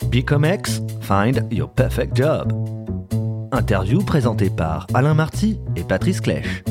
Bicomex, find your perfect job. Interview présentée par Alain Marty et Patrice Clèche.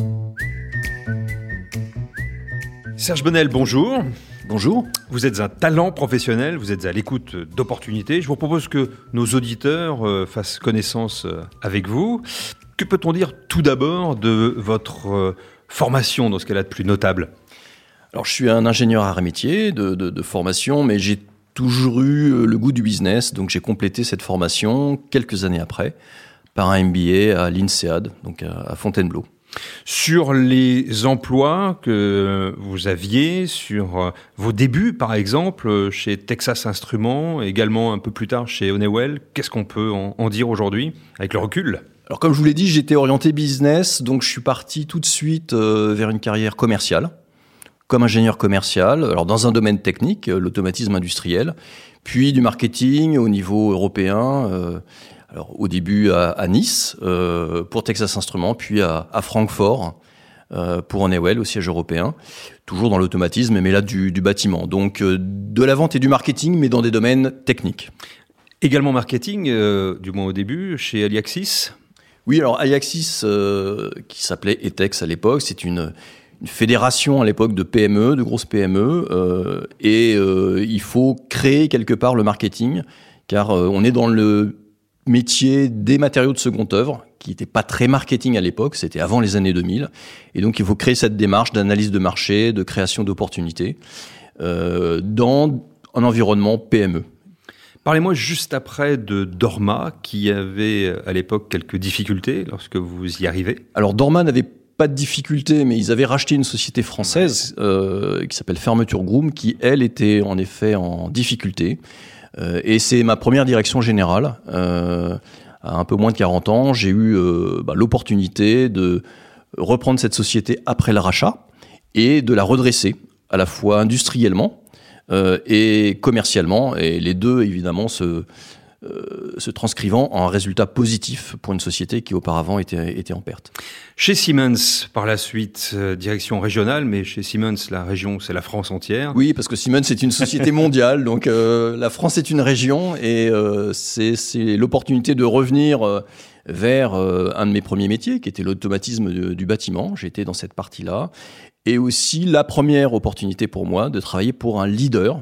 Serge Bonnel, bonjour. Bonjour. Vous êtes un talent professionnel, vous êtes à l'écoute d'opportunités. Je vous propose que nos auditeurs fassent connaissance avec vous. Que peut-on dire tout d'abord de votre formation dans ce qu'elle a de plus notable ? Alors, je suis un ingénieur arts et métiers de formation, mais j'ai toujours eu le goût du business, donc j'ai complété cette formation quelques années après par un MBA à l'INSEAD, donc à Fontainebleau. Sur les emplois que vous aviez, sur vos débuts par exemple chez Texas Instruments, également un peu plus tard chez Honeywell, qu'est-ce qu'on peut en dire aujourd'hui avec le recul ? Alors comme je vous l'ai dit, j'étais orienté business, donc je suis parti tout de suite vers une carrière commerciale, comme ingénieur commercial, alors dans un domaine technique, l'automatisme industriel, puis du marketing au niveau européen, alors au début à Nice pour Texas Instruments, puis à Francfort pour Honeywell au siège européen, toujours dans l'automatisme, mais là du bâtiment. Donc de la vente et du marketing, mais dans des domaines techniques. Également marketing, du moins au début, chez Aliaxis ? Oui, alors Aliaxis, qui s'appelait Etex à l'époque, c'est une fédération à l'époque de PME, de grosses PME, et il faut créer quelque part le marketing, car on est dans le métier des matériaux de seconde œuvre, qui n'était pas très marketing à l'époque, c'était avant les années 2000, et donc il faut créer cette démarche d'analyse de marché, de création d'opportunités, dans un environnement PME. Parlez-moi juste après de Dorma, qui avait à l'époque quelques difficultés lorsque vous y arrivez. Alors Dorma n'avait pas de difficultés, mais ils avaient racheté une société française qui s'appelle Fermeture Groom, qui elle était en effet en difficulté. Et c'est ma première direction générale. À un peu moins de 40 ans, j'ai eu l'opportunité de reprendre cette société après le rachat et de la redresser, à la fois industriellement et commercialement, et les deux évidemment se transcrivant en un résultat positif pour une société qui auparavant était en perte. Chez Siemens, par la suite, direction régionale, mais chez Siemens, la région, c'est la France entière. Oui, parce que Siemens est une société mondiale, donc la France est une région, et c'est l'opportunité de revenir vers un de mes premiers métiers, qui était l'automatisme du bâtiment. J'étais dans cette partie-là, et aussi la première opportunité pour moi de travailler pour un leader.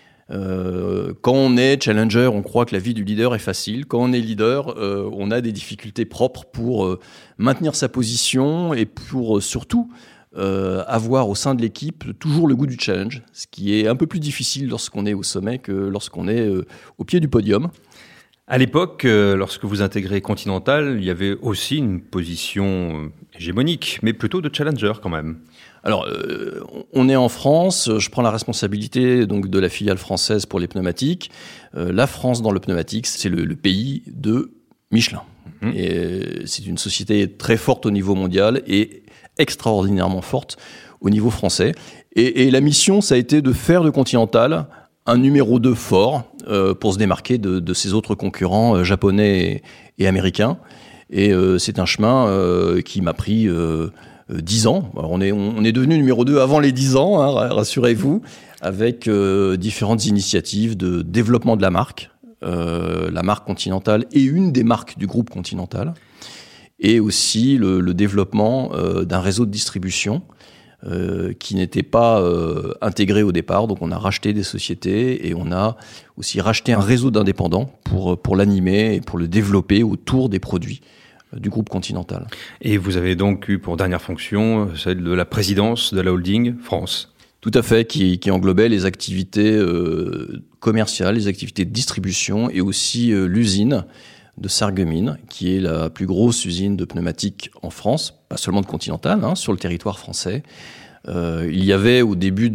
Quand on est challenger, on croit que la vie du leader est facile. Quand on est leader, on a des difficultés propres pour maintenir sa position et pour surtout avoir au sein de l'équipe toujours le goût du challenge, ce qui est un peu plus difficile lorsqu'on est au sommet que lorsqu'on est au pied du podium. À l'époque, lorsque vous intégrez Continental, il y avait aussi une position hégémonique, mais plutôt de challenger quand même. Alors, on est en France, je prends la responsabilité donc de la filiale française pour les pneumatiques. La France dans le pneumatique, c'est le pays de Michelin. Et c'est une société très forte au niveau mondial et extraordinairement forte au niveau français. Et la mission, ça a été de faire de Continental un numéro 2 fort pour se démarquer de ses autres concurrents japonais et américains. Et c'est un chemin qui m'a pris 10 ans. Alors on est devenu numéro 2 avant les 10 ans, hein, rassurez-vous, avec différentes initiatives de développement de la marque Continental est une des marques du groupe Continental, et aussi le développement d'un réseau de distribution qui n'était pas intégré au départ. Donc on a racheté des sociétés et on a aussi racheté un réseau d'indépendants pour l'animer et pour le développer autour des produits du groupe Continental. Et vous avez donc eu pour dernière fonction celle de la présidence de la holding France. Tout à fait, qui englobait les activités commerciales, les activités de distribution et aussi l'usine de Sarreguemines, qui est la plus grosse usine de pneumatiques en France, pas seulement de Continental, sur le territoire français. Il y avait au début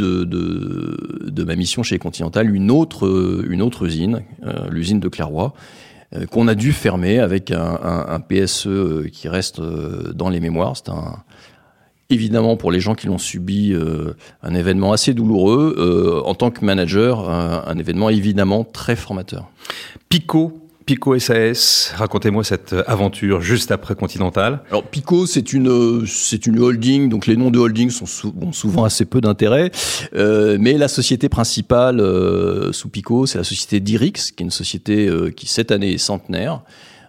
de ma mission chez Continental une autre usine, l'usine de Clairoy, qu'on a dû fermer avec un PSE qui reste dans les mémoires. C'est évidemment pour les gens qui l'ont subi un événement assez douloureux. En tant que manager, un événement évidemment très formateur. Pico SAS, racontez-moi cette aventure juste après Continental. Alors Pico, c'est une holding, donc les noms de holding ont souvent assez peu d'intérêt, mais la société principale sous Pico, c'est la société Dirix, qui est une société qui cette année est centenaire,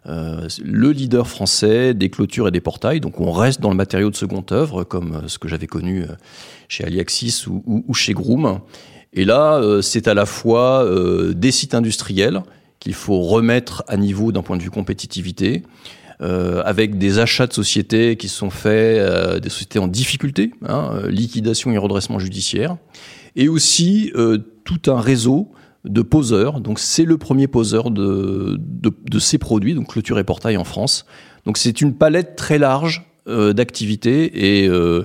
le leader français des clôtures et des portails. Donc on reste dans le matériau de seconde œuvre, comme ce que j'avais connu chez Aliaxis ou chez Groom. Et là, c'est à la fois des sites industriels qu'il faut remettre à niveau d'un point de vue compétitivité, avec des achats de sociétés qui sont faits, des sociétés en difficulté, liquidation et redressement judiciaire, et aussi tout un réseau de poseurs. Donc c'est le premier poseur de ces produits, donc clôture et portail en France. Donc c'est une palette très large d'activités et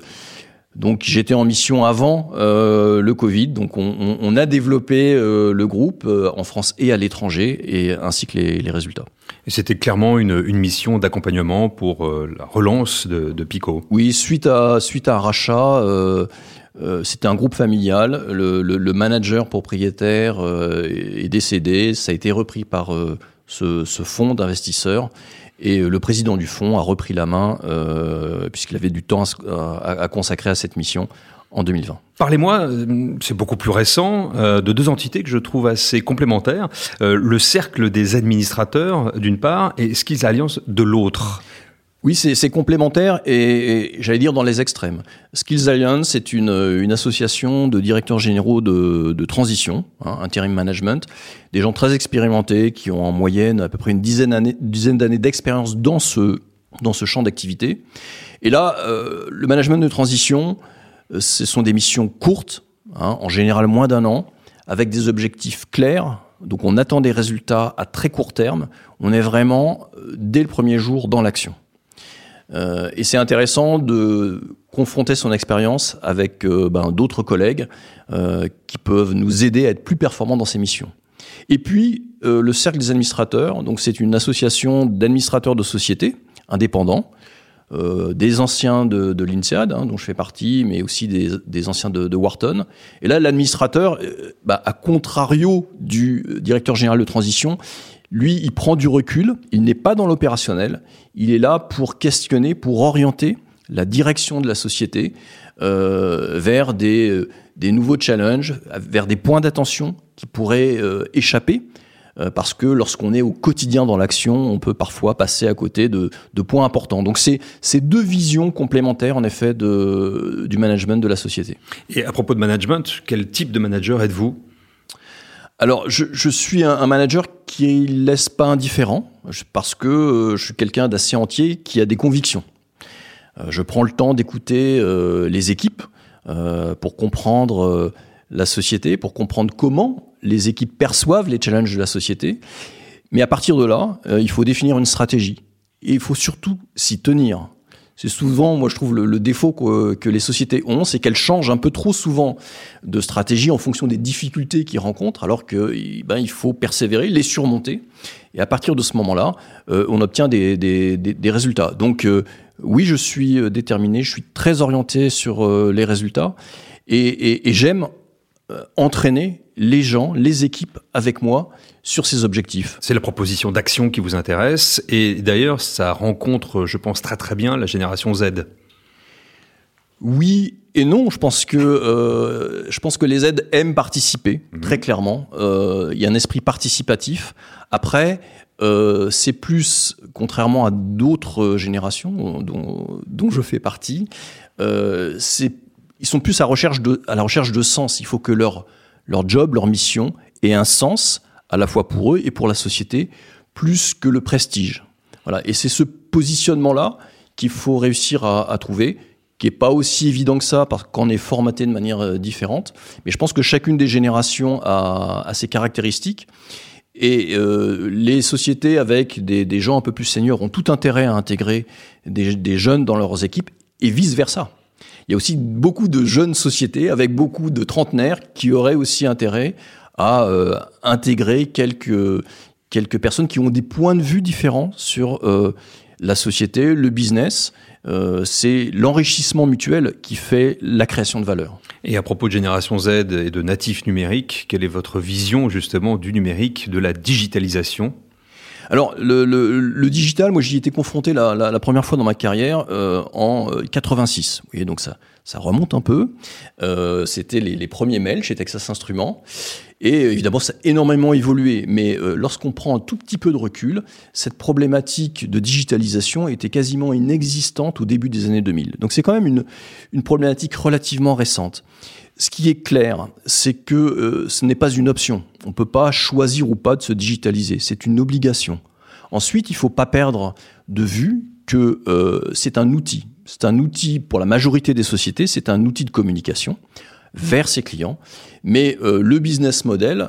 donc j'étais en mission avant le Covid, donc on a développé le groupe en France et à l'étranger, et ainsi que les résultats. Et c'était clairement une mission d'accompagnement pour la relance de Pico. Oui, suite à un rachat, c'était un groupe familial, le manager propriétaire est décédé, ça a été repris par ce fonds d'investisseurs. Et le président du fonds a repris la main, puisqu'il avait du temps à consacrer à cette mission en 2020. Parlez-moi, c'est beaucoup plus récent, de deux entités que je trouve assez complémentaires. Le cercle des administrateurs, d'une part, et Skills Alliance, de l'autre. Oui, c'est complémentaire et j'allais dire dans les extrêmes. Skills Alliance, c'est une association de directeurs généraux de transition, interim management, des gens très expérimentés qui ont en moyenne à peu près une dizaine d'années d'expérience dans ce champ d'activité. Et là, le management de transition, ce sont des missions courtes, en général moins d'un an, avec des objectifs clairs. Donc on attend des résultats à très court terme. On est vraiment, dès le premier jour, dans l'action. Et c'est intéressant de confronter son expérience avec d'autres collègues qui peuvent nous aider à être plus performants dans ces missions. Et puis, le Cercle des administrateurs, donc c'est une association d'administrateurs de sociétés indépendants, des anciens de l'INSEAD, dont je fais partie, mais aussi des anciens de Wharton. Et là, l'administrateur, à contrario du directeur général de transition, lui, il prend du recul, il n'est pas dans l'opérationnel, il est là pour questionner, pour orienter la direction de la société vers des nouveaux challenges, vers des points d'attention qui pourraient échapper, parce que lorsqu'on est au quotidien dans l'action, on peut parfois passer à côté de points importants. Donc c'est deux visions complémentaires, en effet, du management de la société. Et à propos de management, quel type de manager êtes-vous ? Alors, je suis un manager qui laisse pas indifférent, parce que je suis quelqu'un d'assez entier qui a des convictions. Je prends le temps d'écouter les équipes pour comprendre la société, pour comprendre comment les équipes perçoivent les challenges de la société. Mais à partir de là, il faut définir une stratégie. Et il faut surtout s'y tenir. C'est souvent, moi je trouve, le défaut que les sociétés ont, c'est qu'elles changent un peu trop souvent de stratégie en fonction des difficultés qu'ils rencontrent, alors qu'il faut persévérer, les surmonter. Et à partir de ce moment-là, on obtient des résultats. Donc oui, je suis déterminé, je suis très orienté sur les résultats et j'aime entraîner les gens, les équipes avec moi sur ces objectifs. C'est la proposition d'action qui vous intéresse, et d'ailleurs ça rencontre, je pense, très très bien la génération Z. Oui et non, je pense que les Z aiment participer, très clairement. Il y a un esprit participatif. Après, c'est plus, contrairement à d'autres générations dont je fais partie, ils sont plus à la recherche de sens. Il faut que leur job, leur mission ait un sens, à la fois pour eux et pour la société, plus que le prestige. Voilà. Et c'est ce positionnement-là qu'il faut réussir à trouver, qui n'est pas aussi évident que ça, parce qu'on est formaté de manière différente. Mais je pense que chacune des générations a ses caractéristiques. Et les sociétés avec des gens un peu plus seniors ont tout intérêt à intégrer des jeunes dans leurs équipes, et vice-versa. Il y a aussi beaucoup de jeunes sociétés avec beaucoup de trentenaires qui auraient aussi intérêt à intégrer quelques personnes qui ont des points de vue différents sur la société, le business. C'est l'enrichissement mutuel qui fait la création de valeur. Et à propos de génération Z et de natifs numériques, quelle est votre vision justement du numérique, de la digitalisation ? Alors, le digital, moi, j'y étais confronté la première fois dans ma carrière en 86. Vous voyez, donc ça remonte un peu. C'était les premiers mails chez Texas Instruments. Et évidemment, ça a énormément évolué. Mais lorsqu'on prend un tout petit peu de recul, cette problématique de digitalisation était quasiment inexistante au début des années 2000. Donc c'est quand même une problématique relativement récente. Ce qui est clair, c'est que ce n'est pas une option. On ne peut pas choisir ou pas de se digitaliser. C'est une obligation. Ensuite, il ne faut pas perdre de vue que c'est un outil. C'est un outil pour la majorité des sociétés, c'est un outil de communication vers ses clients. Mais le business model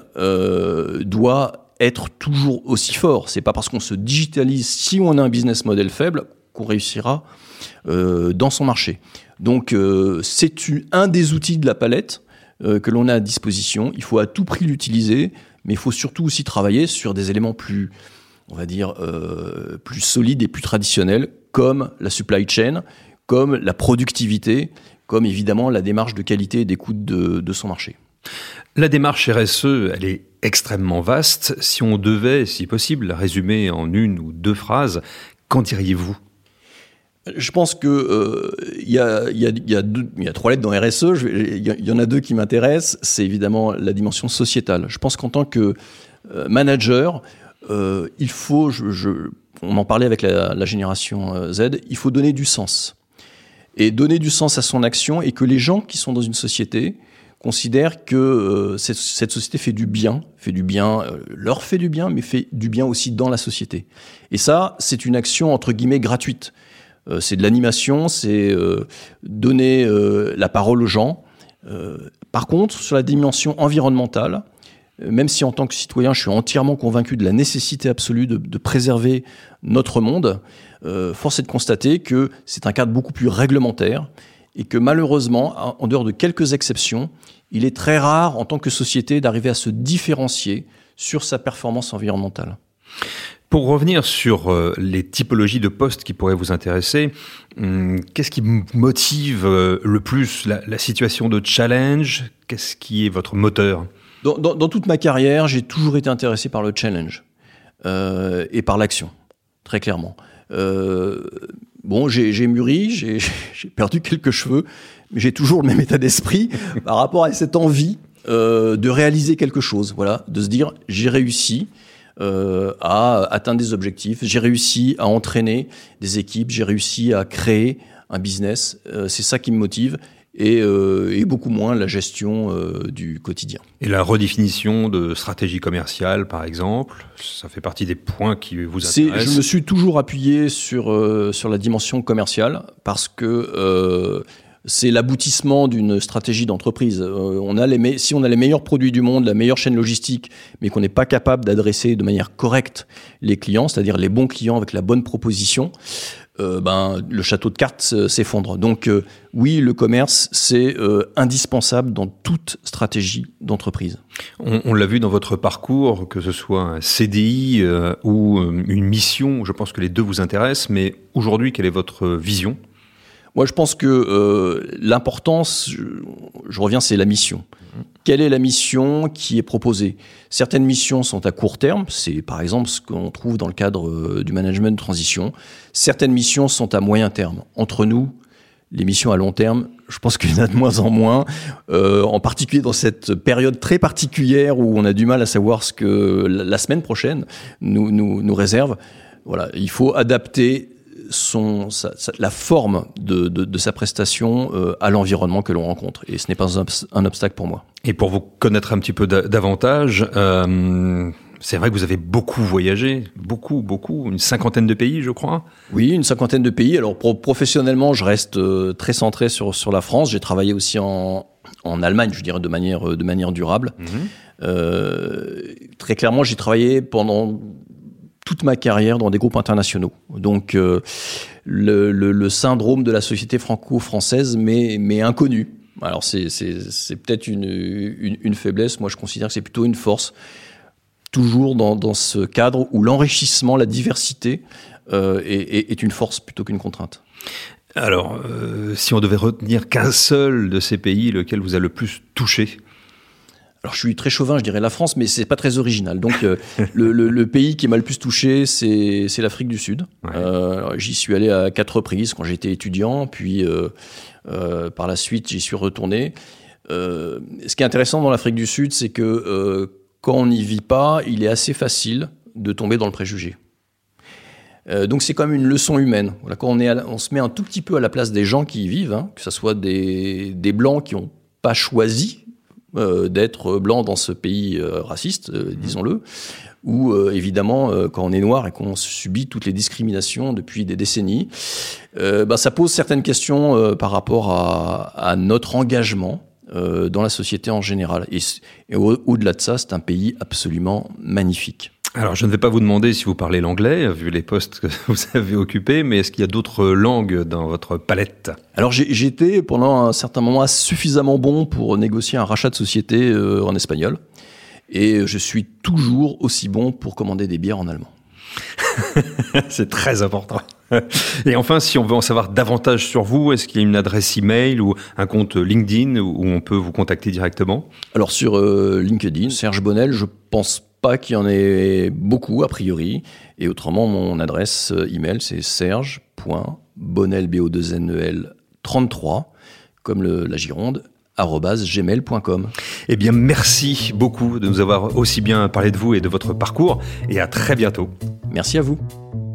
doit être toujours aussi fort. C'est pas parce qu'on se digitalise, si on a un business model faible, qu'on réussira dans son marché. Donc c'est un des outils de la palette que l'on a à disposition. Il faut à tout prix l'utiliser, mais il faut surtout aussi travailler sur des éléments plus, on va dire, plus solides et plus traditionnels, comme la supply chain, comme la productivité, comme évidemment la démarche de qualité et d'écoute de son marché. La démarche RSE, elle est extrêmement vaste. Si on devait, si possible, la résumer en 1 ou 2 phrases, qu'en diriez-vous ? Je pense que il y a 3 lettres dans RSE. Il y en a 2 qui m'intéressent. C'est évidemment la dimension sociétale. Je pense qu'en tant que manager, il faut, on en parlait avec la génération Z, il faut donner du sens. Et donner du sens à son action, et que les gens qui sont dans une société considèrent que cette société fait du bien, leur fait du bien, mais fait du bien aussi dans la société. Et ça, c'est une action entre guillemets gratuite. C'est de l'animation, c'est donner la parole aux gens. Par contre, sur la dimension environnementale, même si en tant que citoyen, je suis entièrement convaincu de la nécessité absolue de préserver notre monde, force est de constater que c'est un cadre beaucoup plus réglementaire et que malheureusement, en dehors de quelques exceptions, il est très rare en tant que société d'arriver à se différencier sur sa performance environnementale. Pour revenir sur les typologies de postes qui pourraient vous intéresser, qu'est-ce qui motive le plus la situation de challenge ? Qu'est-ce qui est votre moteur ? Dans toute ma carrière, j'ai toujours été intéressé par le challenge et par l'action, très clairement. J'ai mûri, j'ai perdu quelques cheveux, mais j'ai toujours le même état d'esprit par rapport à cette envie de réaliser quelque chose, voilà, de se dire j'ai réussi à atteindre des objectifs, j'ai réussi à entraîner des équipes, j'ai réussi à créer un business, c'est ça qui me motive. Et beaucoup moins la gestion du quotidien. Et la redéfinition de stratégie commerciale, par exemple, ça fait partie des points qui vous intéressent. Je me suis toujours appuyé sur la dimension commerciale parce que c'est l'aboutissement d'une stratégie d'entreprise. Si on a les meilleurs produits du monde, la meilleure chaîne logistique, mais qu'on n'est pas capable d'adresser de manière correcte les clients, c'est-à-dire les bons clients avec la bonne proposition, le château de cartes s'effondre. Donc oui, le commerce, c'est indispensable dans toute stratégie d'entreprise. On l'a vu dans votre parcours, que ce soit un CDI ou une mission, je pense que les 2 vous intéressent, mais aujourd'hui, quelle est votre vision ? Moi, je pense que l'importance, je reviens, c'est la mission. Quelle est la mission qui est proposée ? Certaines missions sont à court terme, c'est par exemple ce qu'on trouve dans le cadre du management de transition. Certaines missions sont à moyen terme. Entre nous, les missions à long terme, je pense qu'il y en a de moins en moins, en particulier dans cette période très particulière où on a du mal à savoir ce que la semaine prochaine nous réserve. Voilà, il faut adapter la forme de sa prestation à l'environnement que l'on rencontre. Et ce n'est pas un obstacle pour moi. Et pour vous connaître un petit peu davantage, c'est vrai que vous avez beaucoup voyagé, beaucoup, une 50aine de pays, je crois. Oui, une 50aine de pays. Alors professionnellement, je reste très centré sur la France. J'ai travaillé aussi en Allemagne, je dirais de manière durable. Très clairement, j'ai travaillé pendant toute ma carrière dans des groupes internationaux. Donc le syndrome de la société franco-française m'est inconnu. Alors c'est peut-être une faiblesse. Moi, je considère que c'est plutôt une force. Toujours dans ce cadre où l'enrichissement, la diversité est une force plutôt qu'une contrainte. Alors, si on devait retenir qu'un seul de ces pays, lequel vous a le plus touché ? Alors je suis très chauvin, je dirais la France, mais c'est pas très original. Donc le pays qui m'a le plus touché, c'est l'Afrique du Sud. Ouais. J'y suis allé à 4 reprises quand j'étais étudiant, puis par la suite j'y suis retourné. Ce qui est intéressant dans l'Afrique du Sud, c'est que quand on n'y vit pas, il est assez facile de tomber dans le préjugé. Donc c'est quand même une leçon humaine. Voilà, quand on se met un tout petit peu à la place des gens qui y vivent, que ce soit des blancs qui n'ont pas choisi d'être blanc dans ce pays raciste, disons-le, ou évidemment quand on est noir et qu'on subit toutes les discriminations depuis des décennies, ça pose certaines questions par rapport à notre engagement dans la société en général. Et au-delà de ça, c'est un pays absolument magnifique. Alors, je ne vais pas vous demander si vous parlez l'anglais, vu les postes que vous avez occupés, mais est-ce qu'il y a d'autres langues dans votre palette ? Alors, j'étais pendant un certain moment suffisamment bon pour négocier un rachat de société en espagnol. Et je suis toujours aussi bon pour commander des bières en allemand. C'est très important. Et enfin, si on veut en savoir davantage sur vous, est-ce qu'il y a une adresse email ou un compte LinkedIn où on peut vous contacter directement ? Alors, sur LinkedIn, Serge Bonnel, je pense pas qu'il y en ait beaucoup, a priori. Et autrement, mon adresse email, c'est serge.bonnel, B-O-2-N-E-L 33, comme la Gironde, @gmail.com. Eh bien, merci beaucoup de nous avoir aussi bien parlé de vous et de votre parcours. Et à très bientôt. Merci à vous.